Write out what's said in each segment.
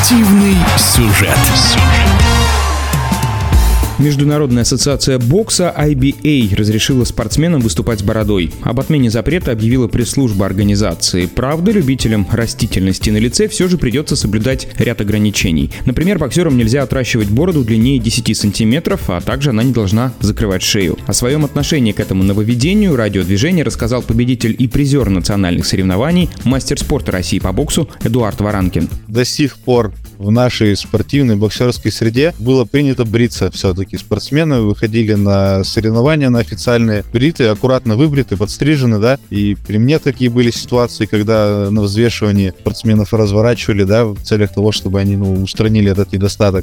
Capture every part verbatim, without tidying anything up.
Спортивный сюжет. Международная ассоциация бокса ай би эй разрешила спортсменам выступать с бородой. Об отмене запрета объявила пресс-служба организации. Правда, любителям растительности на лице все же придется соблюдать ряд ограничений. Например, боксерам нельзя отращивать бороду длиннее десяти сантиметров, а также она не должна закрывать шею. О своем отношении к этому нововведению радиодвижения рассказал победитель и призер национальных соревнований, мастер спорта России по боксу Эдуард Варанкин. До сих пор в нашей спортивной боксерской среде было принято бриться все-таки. Спортсмены выходили на соревнования, на официальные, бритые, аккуратно выбриты, подстрижены, да, и при мне такие были ситуации, когда на взвешивании спортсменов разворачивали, да, в целях того, чтобы они, ну, устранили этот недостаток.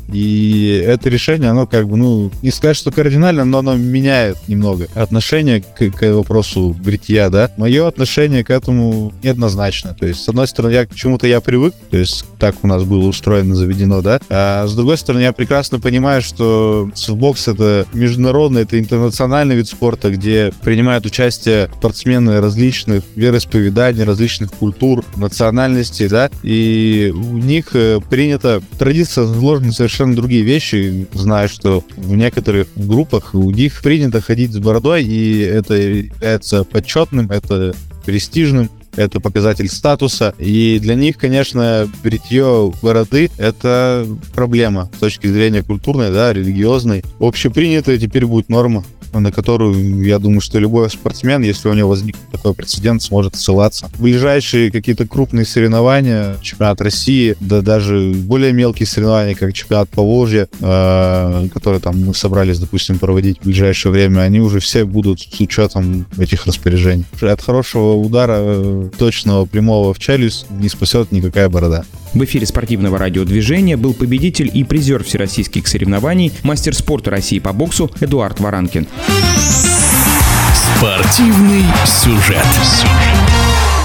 И это решение, оно как бы, ну, не сказать, что кардинально, но оно меняет немного отношение к, к вопросу бритья, да. Мое отношение к этому неоднозначно. То есть, с одной стороны, я к чему-то я привык, то есть, так у нас было устроено, заведено, да. А с другой стороны, я прекрасно понимаю, что бокс — это международный, это интернациональный вид спорта, где принимают участие спортсмены различных вероисповеданий, различных культур, национальностей, да, и у них принято, традиция заложены совершенно другие вещи. Знаю, что в некоторых группах у них принято ходить с бородой, и это является почетным, это престижным. Это показатель статуса, и для них, конечно, бритье бороды — это проблема с точки зрения культурной, да, религиозной. Общепринятая теперь будет норма, на которую, я думаю, что любой спортсмен, если у него возникнет такой прецедент, сможет ссылаться. Ближайшие какие-то крупные соревнования, чемпионат России, да даже более мелкие соревнования, как чемпионат Поволжья, э, которые там мы собрались, допустим, проводить в ближайшее время, они уже все будут с учетом этих распоряжений. От хорошего удара точного прямого в челюсть не спасет никакая борода. В эфире спортивного радиодвижения был победитель и призер всероссийских соревнований, мастер спорта России по боксу Эдуард Варанкин. Спортивный сюжет.